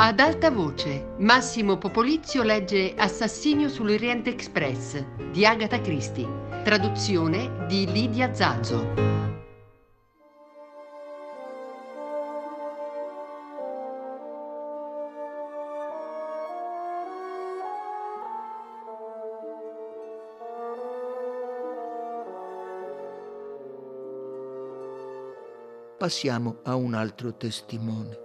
Ad alta voce, Massimo Popolizio legge Assassinio sull'Oriente Express di Agatha Christie, traduzione di Lidia Zazzo. Passiamo a un altro testimone.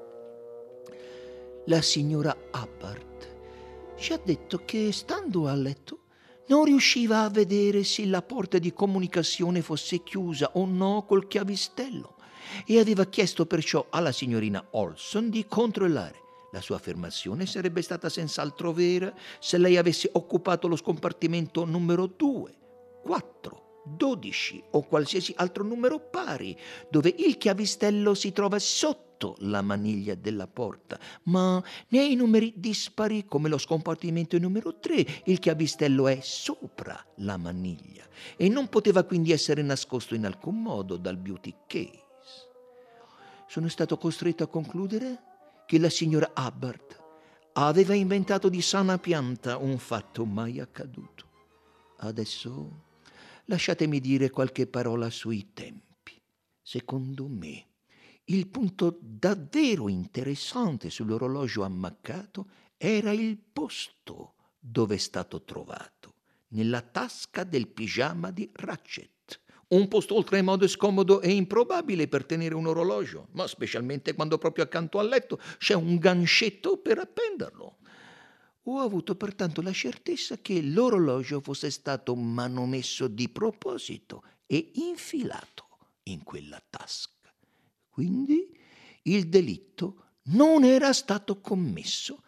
La signora Hubbard ci ha detto che, stando a letto, non riusciva a vedere se la porta di comunicazione fosse chiusa o no col chiavistello e aveva chiesto perciò alla signorina Olson di controllare. La sua affermazione sarebbe stata senz'altro vera se lei avesse occupato lo scompartimento numero 2, 4, 12 o qualsiasi altro numero pari, dove il chiavistello si trova sotto la maniglia della porta, ma nei numeri dispari, come lo scompartimento numero 3, il chiavistello è sopra la maniglia e non poteva quindi essere nascosto in alcun modo dal beauty case. Sono stato costretto a concludere che la signora Hubbard aveva inventato di sana pianta un fatto mai accaduto. Adesso lasciatemi dire qualche parola sui tempi. Secondo me, il punto davvero interessante sull'orologio ammaccato era il posto dove è stato trovato, nella tasca del pigiama di Ratchet. Un posto oltremodo scomodo e improbabile per tenere un orologio, ma specialmente quando proprio accanto al letto c'è un gancetto per appenderlo. Ho avuto pertanto la certezza che l'orologio fosse stato manomesso di proposito e infilato in quella tasca. Quindi il delitto non era stato commesso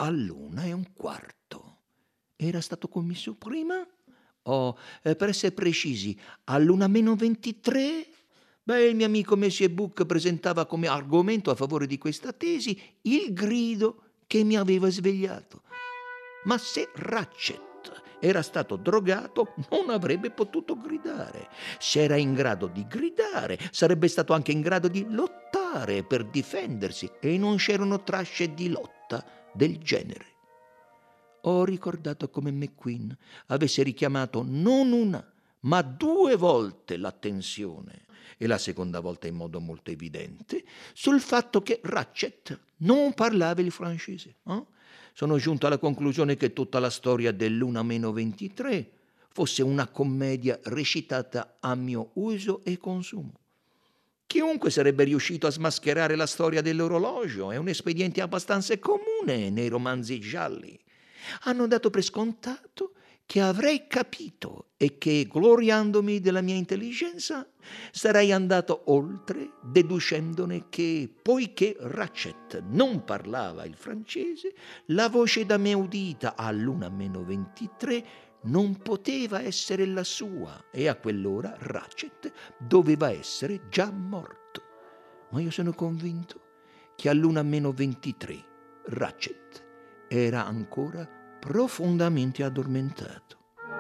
all'1:15. Era stato commesso prima? Per essere precisi, all'1:23? Il mio amico Monsieur Book presentava come argomento a favore di questa tesi il grido che mi aveva svegliato. Ma se Ratchet era stato drogato, non avrebbe potuto gridare. Se era in grado di gridare, sarebbe stato anche in grado di lottare per difendersi, e non c'erano tracce di lotta del genere. Ho ricordato come McQueen avesse richiamato non una, ma 2 volte l'attenzione, e la seconda volta in modo molto evidente, sul fatto che Ratchet non parlava il francese. Sono giunto alla conclusione che tutta la storia dell'1:23 fosse una commedia recitata a mio uso e consumo. Chiunque sarebbe riuscito a smascherare la storia dell'orologio, è un espediente abbastanza comune nei romanzi gialli. Hanno dato per scontato che avrei capito e che, gloriandomi della mia intelligenza, sarei andato oltre, deducendone che, poiché Ratchet non parlava il francese, la voce da me udita all'1:23 non poteva essere la sua, e a quell'ora Ratchet doveva essere già morto. Ma io sono convinto che all'1:23 Ratchet era ancora profondamente addormentato.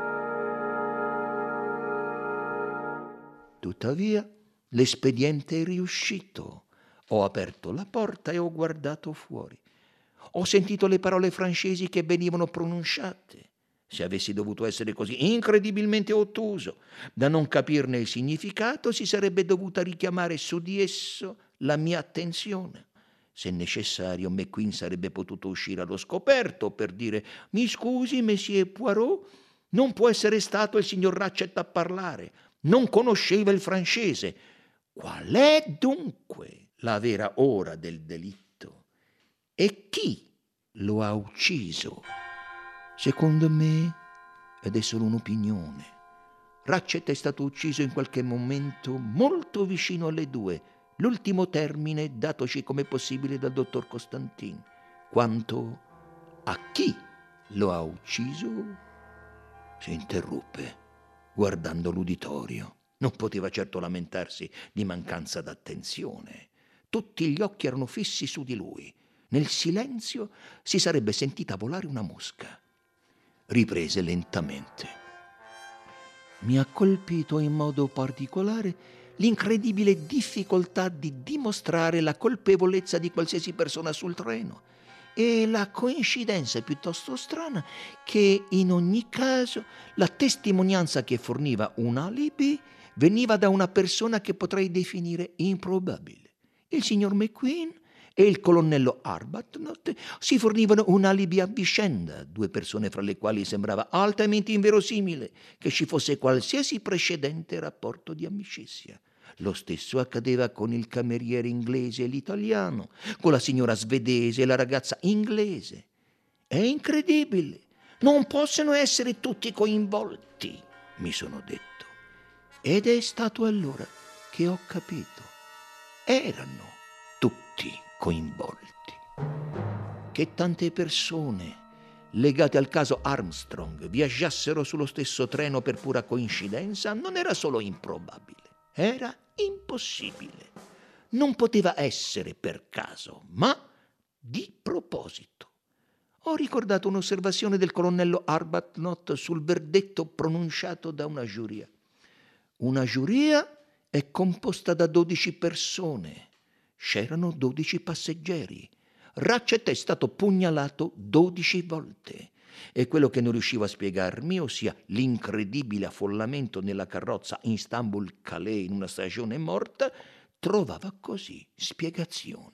Tuttavia, l'espediente è riuscito. Ho aperto la porta e ho guardato fuori. Ho sentito le parole francesi che venivano pronunciate. Se avessi dovuto essere così incredibilmente ottuso da non capirne il significato, si sarebbe dovuta richiamare su di esso la mia attenzione. Se necessario, McQueen sarebbe potuto uscire allo scoperto per dire: «Mi scusi, Monsieur Poirot, non può essere stato il signor Ratchet a parlare. Non conosceva il francese». Qual è dunque la vera ora del delitto? E chi lo ha ucciso? Secondo me, ed è solo un'opinione, Ratchet è stato ucciso in qualche momento molto vicino alle 2, l'ultimo termine datoci come possibile dal dottor Constantin. Quanto a chi lo ha ucciso, si interruppe, guardando l'uditorio. Non poteva certo lamentarsi di mancanza d'attenzione. Tutti gli occhi erano fissi su di lui. Nel silenzio si sarebbe sentita volare una mosca. Riprese lentamente. Mi ha colpito in modo particolare l'incredibile difficoltà di dimostrare la colpevolezza di qualsiasi persona sul treno. E la coincidenza è piuttosto strana che in ogni caso la testimonianza che forniva un alibi veniva da una persona che potrei definire improbabile. Il signor McQueen e il colonnello Arbuthnot si fornivano un alibi a vicenda, due persone fra le quali sembrava altamente inverosimile che ci fosse qualsiasi precedente rapporto di amicizia. Lo stesso accadeva con il cameriere inglese e l'italiano, con la signora svedese e la ragazza inglese. È incredibile. Non possono essere tutti coinvolti, mi sono detto. Ed è stato allora che ho capito. Erano tutti coinvolti. Che tante persone legate al caso Armstrong viaggiassero sullo stesso treno per pura coincidenza non era solo improbabile, era impossibile. Non poteva essere per caso, ma di proposito. Ho ricordato un'osservazione del colonnello Arbuthnot sul verdetto pronunciato da una giuria. Una giuria è composta da 12 persone. C'erano 12 passeggeri. Ratchet è stato pugnalato 12 volte. E quello che non riuscivo a spiegarmi, ossia l'incredibile affollamento nella carrozza Istanbul-Calais in una stagione morta, trovava così spiegazione.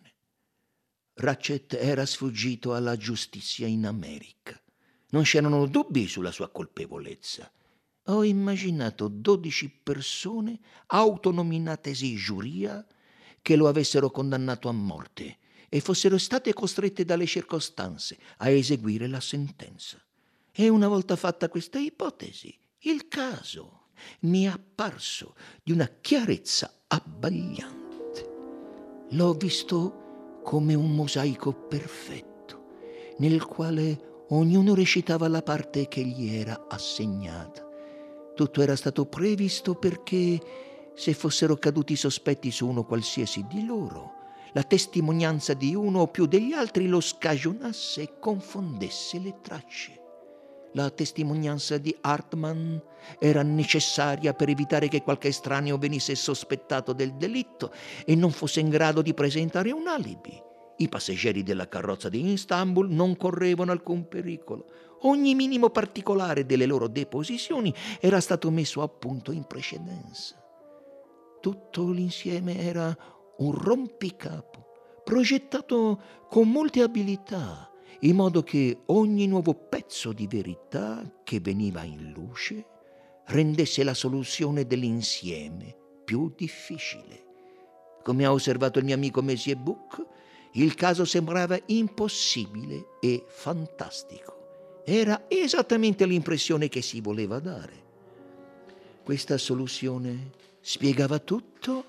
Ratchet era sfuggito alla giustizia in America. Non c'erano dubbi sulla sua colpevolezza. Ho immaginato 12 persone autonominatesi giuria che lo avessero condannato a morte e fossero state costrette dalle circostanze a eseguire la sentenza. E una volta fatta questa ipotesi, il caso mi è apparso di una chiarezza abbagliante. L'ho visto come un mosaico perfetto, nel quale ognuno recitava la parte che gli era assegnata. Tutto era stato previsto perché, se fossero caduti sospetti su uno qualsiasi di loro, la testimonianza di uno o più degli altri lo scagionasse e confondesse le tracce. La testimonianza di Hartman era necessaria per evitare che qualche estraneo venisse sospettato del delitto e non fosse in grado di presentare un alibi. I passeggeri della carrozza di Istanbul non correvano alcun pericolo. Ogni minimo particolare delle loro deposizioni era stato messo a punto in precedenza. Tutto l'insieme era un rompicapo, progettato con molte abilità, in modo che ogni nuovo pezzo di verità che veniva in luce rendesse la soluzione dell'insieme più difficile. Come ha osservato il mio amico Monsieur Buck, il caso sembrava impossibile e fantastico. Era esattamente l'impressione che si voleva dare. Questa soluzione spiegava tutto?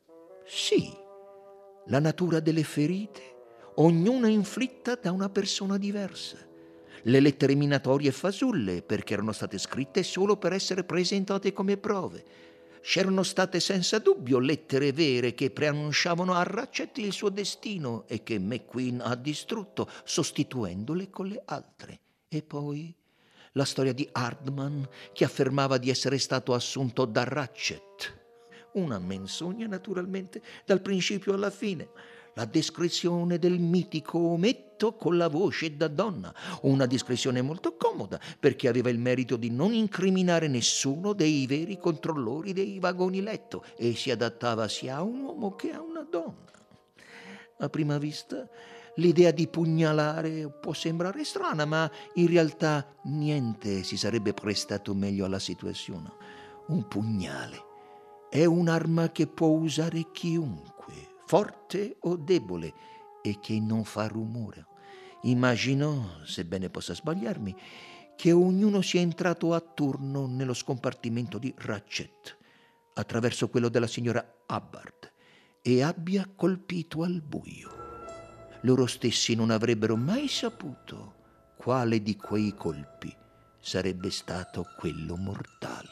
Sì. La natura delle ferite, ognuna inflitta da una persona diversa. Le lettere minatorie fasulle, perché erano state scritte solo per essere presentate come prove. C'erano state senza dubbio lettere vere che preannunciavano a Ratchet il suo destino e che McQueen ha distrutto, sostituendole con le altre. E poi la storia di Hardman, che affermava di essere stato assunto da Ratchet. Una menzogna, naturalmente, dal principio alla fine. La descrizione del mitico ometto con la voce da donna, una descrizione molto comoda perché aveva il merito di non incriminare nessuno dei veri controllori dei vagoni letto e si adattava sia a un uomo che a una donna. A prima vista l'idea di pugnalare può sembrare strana, ma in realtà niente si sarebbe prestato meglio alla situazione. Un pugnale è un'arma che può usare chiunque, forte o debole, e che non fa rumore. Immagino, sebbene possa sbagliarmi, che ognuno sia entrato a turno nello scompartimento di Ratchet, attraverso quello della signora Hubbard, e abbia colpito al buio. Loro stessi non avrebbero mai saputo quale di quei colpi sarebbe stato quello mortale.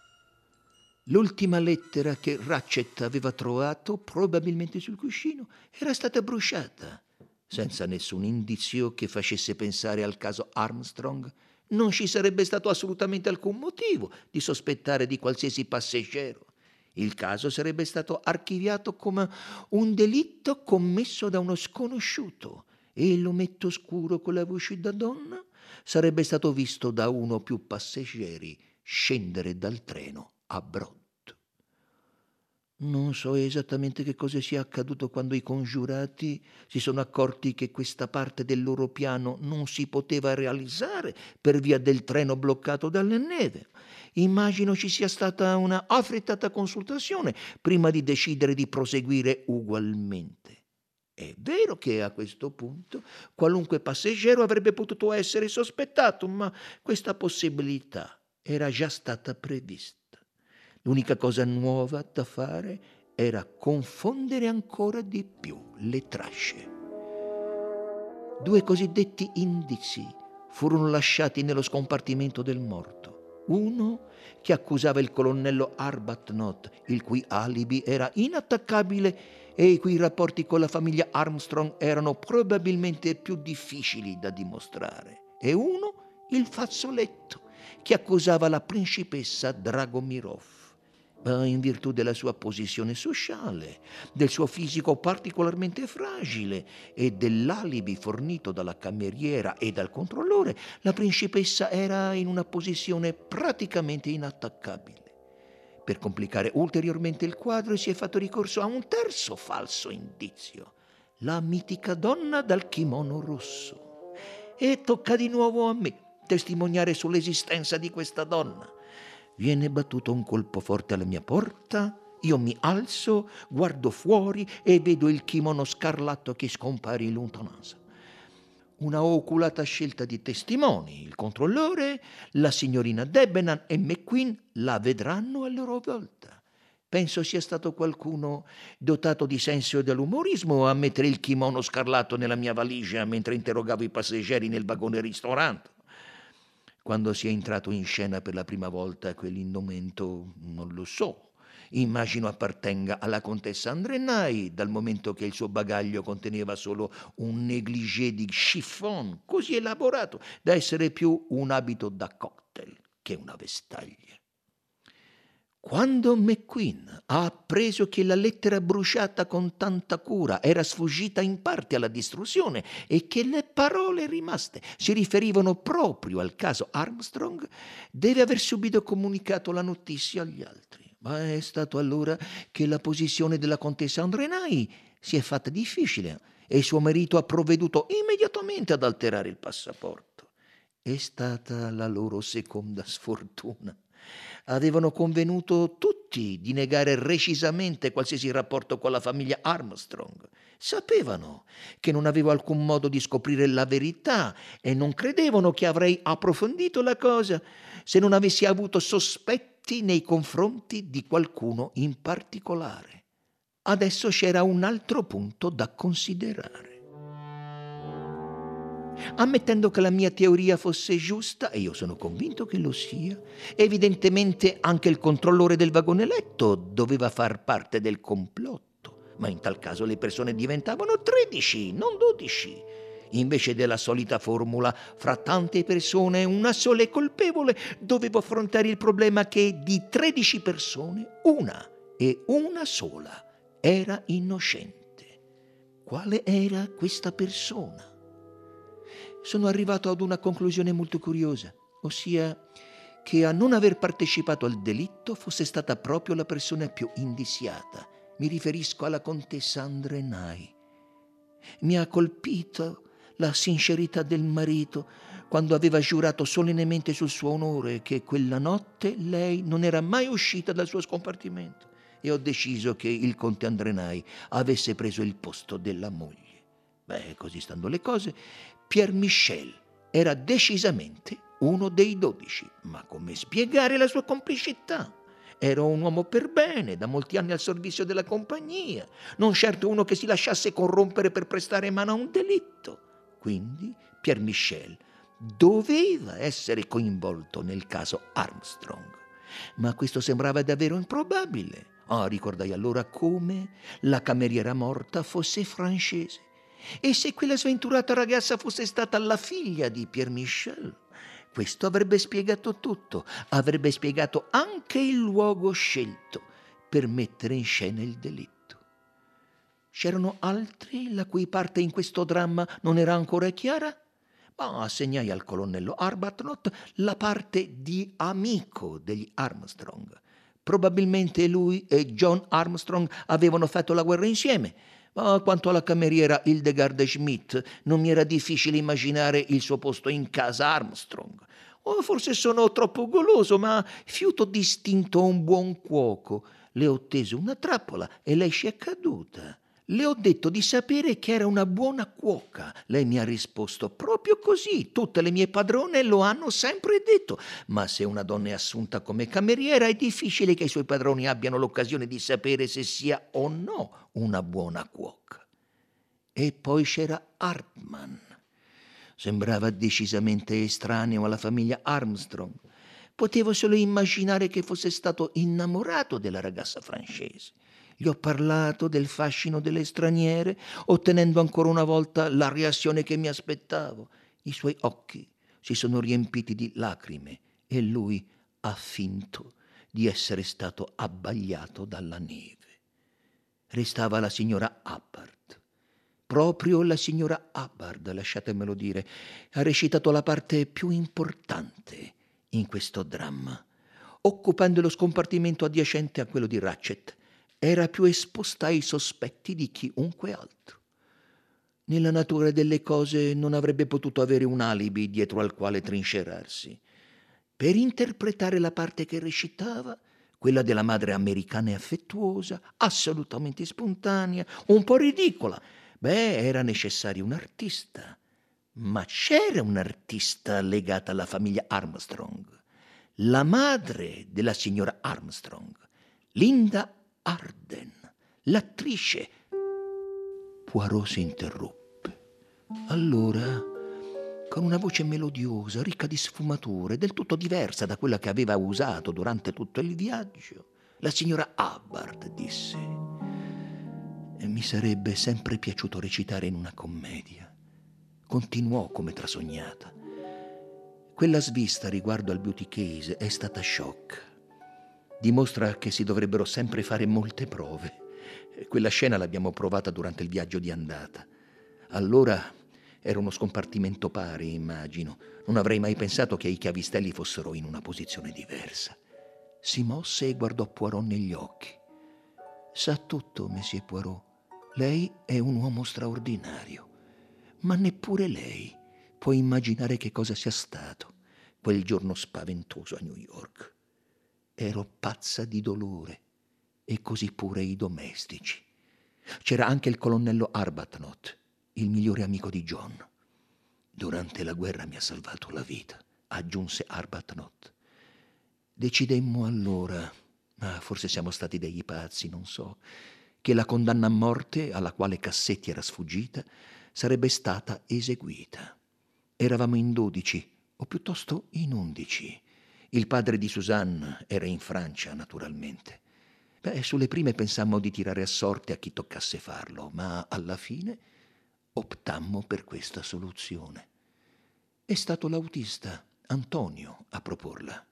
L'ultima lettera che Ratchet aveva trovato, probabilmente sul cuscino, era stata bruciata. Senza nessun indizio che facesse pensare al caso Armstrong, non ci sarebbe stato assolutamente alcun motivo di sospettare di qualsiasi passeggero. Il caso sarebbe stato archiviato come un delitto commesso da uno sconosciuto e l'ometto scuro con la voce da donna sarebbe stato visto da uno o più passeggeri scendere dal treno a Brod. Non so esattamente che cosa sia accaduto quando i congiurati si sono accorti che questa parte del loro piano non si poteva realizzare per via del treno bloccato dalla neve. Immagino ci sia stata una affrettata consultazione prima di decidere di proseguire ugualmente. È vero che a questo punto qualunque passeggero avrebbe potuto essere sospettato, ma questa possibilità era già stata prevista. L'unica cosa nuova da fare era confondere ancora di più le tracce. 2 cosiddetti indizi furono lasciati nello scompartimento del morto. Uno che accusava il colonnello Arbuthnot, il cui alibi era inattaccabile e i cui rapporti con la famiglia Armstrong erano probabilmente più difficili da dimostrare. E uno, il fazzoletto, che accusava la principessa Dragomirov. In virtù della sua posizione sociale, del suo fisico particolarmente fragile e dell'alibi fornito dalla cameriera e dal controllore, la principessa era in una posizione praticamente inattaccabile. Per complicare ulteriormente il quadro si è fatto ricorso a un terzo falso indizio, la mitica donna dal kimono rosso. E tocca di nuovo a me testimoniare sull'esistenza di questa donna. Viene battuto un colpo forte alla mia porta, io mi alzo, guardo fuori e vedo il kimono scarlatto che scompare in lontananza. Una oculata scelta di testimoni, il controllore, la signorina Debenham e McQueen la vedranno a loro volta. Penso sia stato qualcuno dotato di senso dell'umorismo a mettere il kimono scarlatto nella mia valigia mentre interrogavo i passeggeri nel vagone ristorante. Quando si è entrato in scena per la prima volta quell'indumento, non lo so. Immagino appartenga alla contessa Andrenai, dal momento che il suo bagaglio conteneva solo un négligé di chiffon così elaborato da essere più un abito da cocktail che una vestaglia. Quando McQueen ha appreso che la lettera bruciata con tanta cura era sfuggita in parte alla distruzione e che le parole rimaste si riferivano proprio al caso Armstrong, deve aver subito comunicato la notizia agli altri. Ma è stato allora che la posizione della contessa Andrenai si è fatta difficile e suo marito ha provveduto immediatamente ad alterare il passaporto. È stata la loro seconda sfortuna. Avevano convenuto tutti di negare recisamente qualsiasi rapporto con la famiglia Armstrong. Sapevano che non avevo alcun modo di scoprire la verità e non credevano che avrei approfondito la cosa se non avessi avuto sospetti nei confronti di qualcuno in particolare. Adesso c'era un altro punto da considerare. Ammettendo che la mia teoria fosse giusta, e io sono convinto che lo sia, evidentemente anche il controllore del vagone letto doveva far parte del complotto, ma in tal caso le persone diventavano 13, non 12. Invece della solita formula, fra tante persone una sola è colpevole, dovevo affrontare il problema che di 13 persone, una e una sola era innocente. Quale era questa persona? Sono arrivato ad una conclusione molto curiosa, ossia che a non aver partecipato al delitto fosse stata proprio la persona più indiziata. Mi riferisco alla contessa Andrenai. Mi ha colpito la sincerità del marito quando aveva giurato solennemente sul suo onore che quella notte lei non era mai uscita dal suo scompartimento e ho deciso che il conte Andrenai avesse preso il posto della moglie. Così stando le cose, Pierre Michel era decisamente uno dei 12, ma come spiegare la sua complicità? Era un uomo per bene, da molti anni al servizio della compagnia, non certo uno che si lasciasse corrompere per prestare mano a un delitto. Quindi Pierre Michel doveva essere coinvolto nel caso Armstrong, ma questo sembrava davvero improbabile. Ricordai allora come la cameriera morta fosse francese. E se quella sventurata ragazza fosse stata la figlia di Pierre Michel? Questo avrebbe spiegato tutto, avrebbe spiegato anche il luogo scelto per mettere in scena il delitto. C'erano altri la cui parte in questo dramma non era ancora chiara? Ma assegnai al colonnello Arbuthnot la parte di amico degli Armstrong. Probabilmente lui e John Armstrong avevano fatto la guerra insieme, ma quanto alla cameriera Hildegard Schmidt non mi era difficile immaginare il suo posto in casa Armstrong. O forse sono troppo goloso, ma fiuto distinto a un buon cuoco. Le ho teso una trappola e lei ci è caduta. Le ho detto di sapere che era una buona cuoca. Lei mi ha risposto proprio così. Tutte le mie padrone lo hanno sempre detto. Ma se una donna è assunta come cameriera è difficile che i suoi padroni abbiano l'occasione di sapere se sia o no una buona cuoca. E poi c'era Hartman. Sembrava decisamente estraneo alla famiglia Armstrong. Potevo solo immaginare che fosse stato innamorato della ragazza francese. Gli ho parlato del fascino delle straniere, ottenendo ancora una volta la reazione che mi aspettavo. I suoi occhi si sono riempiti di lacrime e lui ha finto di essere stato abbagliato dalla neve. Restava la signora Hubbard. Proprio la signora Hubbard, lasciatemelo dire, ha recitato la parte più importante in questo dramma, occupando lo scompartimento adiacente a quello di Ratchet. Era più esposta ai sospetti di chiunque altro. Nella natura delle cose non avrebbe potuto avere un alibi dietro al quale trincerarsi. Per interpretare la parte che recitava, quella della madre americana e affettuosa, assolutamente spontanea, un po' ridicola, era necessario un artista. Ma c'era un artista legata alla famiglia Armstrong. La madre della signora Armstrong, Linda Arden, l'attrice. Poirot si interruppe. Allora, con una voce melodiosa, ricca di sfumature, del tutto diversa da quella che aveva usato durante tutto il viaggio, la signora Hubbard disse: «Mi sarebbe sempre piaciuto recitare in una commedia». Continuò come trasognata. «Quella svista riguardo al beauty case è stata sciocca. Dimostra che si dovrebbero sempre fare molte prove. Quella scena l'abbiamo provata durante il viaggio di andata. Allora era uno scompartimento pari, immagino. Non avrei mai pensato che i chiavistelli fossero in una posizione diversa». Si mosse e guardò Poirot negli occhi. «Sa tutto, Monsieur Poirot. Lei è un uomo straordinario. Ma neppure lei può immaginare che cosa sia stato quel giorno spaventoso a New York. Ero pazza di dolore, e così pure i domestici. C'era anche il colonnello Arbuthnot, il migliore amico di John. Durante la guerra mi ha salvato la vita», aggiunse Arbuthnot. «Decidemmo allora, ma forse siamo stati degli pazzi, non so, che la condanna a morte alla quale Cassetti era sfuggita sarebbe stata eseguita. Eravamo in 12, o piuttosto in 11. Il padre di Suzanne era in Francia, naturalmente. Sulle prime pensammo di tirare a sorte a chi toccasse farlo, ma alla fine optammo per questa soluzione. È stato l'autista, Antonio, a proporla.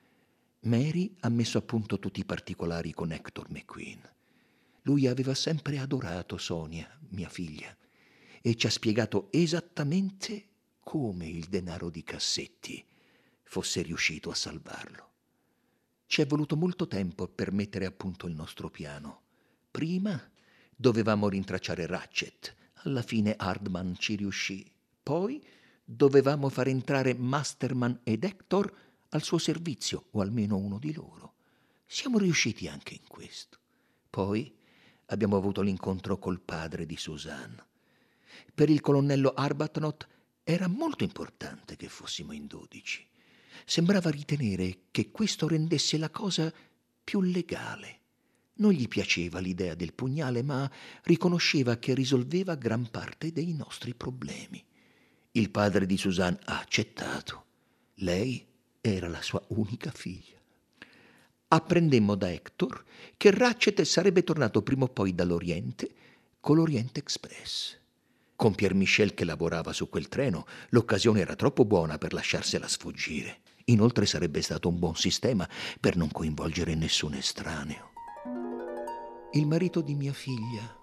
Mary ha messo a punto tutti i particolari con Hector McQueen. Lui aveva sempre adorato Sonia, mia figlia, e ci ha spiegato esattamente come il denaro di Cassetti fosse riuscito a salvarlo. Ci è voluto molto tempo per mettere a punto il nostro piano. Prima dovevamo rintracciare Ratchet. Alla fine Hardman ci riuscì. Poi dovevamo far entrare Masterman ed Hector al suo servizio, o almeno uno di loro. Siamo riusciti anche in questo. Poi abbiamo avuto l'incontro col padre di Suzanne. Per il colonnello Arbuthnot era molto importante che fossimo in 12. Sembrava ritenere che questo rendesse la cosa più legale. Non gli piaceva l'idea del pugnale, ma riconosceva che risolveva gran parte dei nostri problemi. Il padre di Suzanne ha accettato. Lei era la sua unica figlia. Apprendemmo da Hector che Ratchet sarebbe tornato prima o poi dall'Oriente con l'Orient Express. Con Pierre Michel che lavorava su quel treno, l'occasione era troppo buona per lasciarsela sfuggire. Inoltre sarebbe stato un buon sistema per non coinvolgere nessun estraneo. Il marito di mia figlia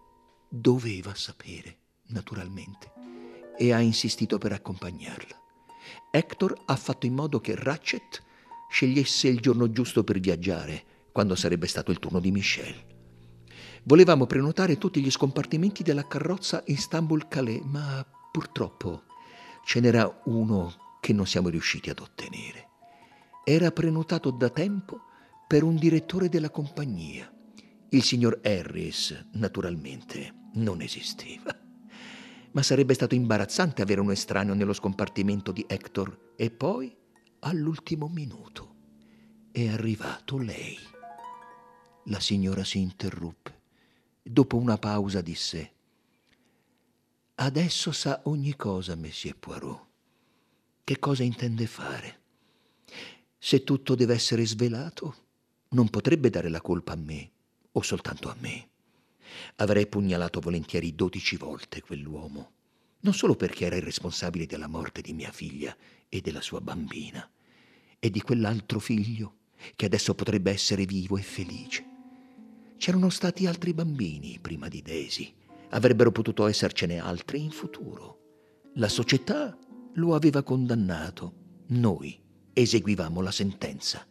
doveva sapere, naturalmente, e ha insistito per accompagnarla. Hector ha fatto in modo che Ratchet scegliesse il giorno giusto per viaggiare, quando sarebbe stato il turno di Michelle. Volevamo prenotare tutti gli scompartimenti della carrozza Istanbul-Calais, ma purtroppo ce n'era uno che non siamo riusciti ad ottenere. Era prenotato da tempo per un direttore della compagnia. Il signor Harris, naturalmente, non esisteva. Ma sarebbe stato imbarazzante avere un estraneo nello scompartimento di Hector. E poi, all'ultimo minuto, è arrivato lei. La signora si interruppe. Dopo una pausa disse: «Adesso sa ogni cosa, Monsieur Poirot. Che cosa intende fare? Se tutto deve essere svelato, non potrebbe dare la colpa a me, o soltanto a me. Avrei pugnalato volentieri 12 volte quell'uomo, non solo perché era il responsabile della morte di mia figlia e della sua bambina, e di quell'altro figlio che adesso potrebbe essere vivo e felice. C'erano stati altri bambini prima di Daisy, avrebbero potuto essercene altri in futuro. La società lo aveva condannato, noi eseguivamo la sentenza.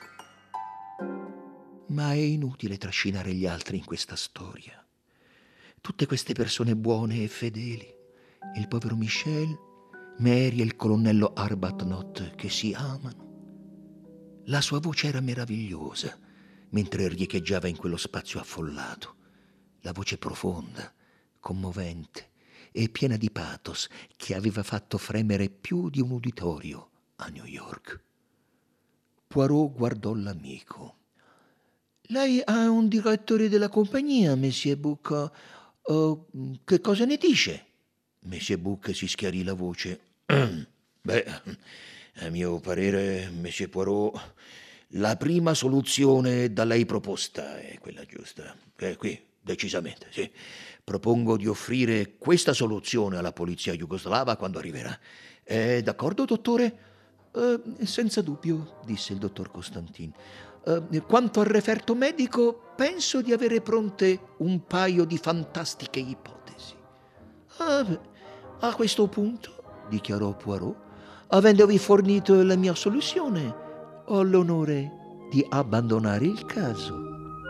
Ma è inutile trascinare gli altri in questa storia. Tutte queste persone buone e fedeli, il povero Michel, Mary e il colonnello Arbuthnot che si amano. La sua voce era meravigliosa mentre riecheggiava in quello spazio affollato. La voce profonda, commovente e piena di pathos che aveva fatto fremere più di un uditorio a New York. Poirot guardò l'amico. «Lei è un direttore della compagnia, Monsieur Buck. Che cosa ne dice?» Monsieur Buck si schiarì la voce. «Beh, a mio parere, Monsieur Poirot, la prima soluzione da lei proposta è quella giusta. Qui, decisamente, sì. Propongo di offrire questa soluzione alla polizia jugoslava quando arriverà. È d'accordo, dottore?» «Senza dubbio», disse il dottor Constantin. «Quanto al referto medico, penso di avere pronte un paio di fantastiche ipotesi». «A questo punto», dichiarò Poirot, «avendovi fornito la mia soluzione, ho l'onore di abbandonare il caso».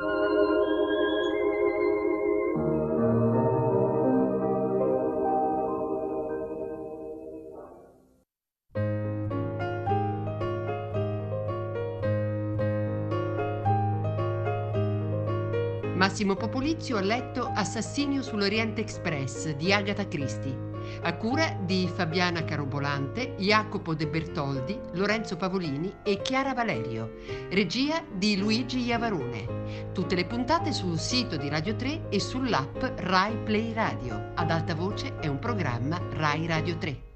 Massimo Popolizio ha letto Assassinio sull'Oriente Express di Agatha Christie, a cura di Fabiana Carobolante, Jacopo De Bertoldi, Lorenzo Pavolini e Chiara Valerio, regia di Luigi Iavarone. Tutte le puntate sul sito di Radio 3 e sull'app Rai Play Radio. Ad alta voce è un programma Rai Radio 3.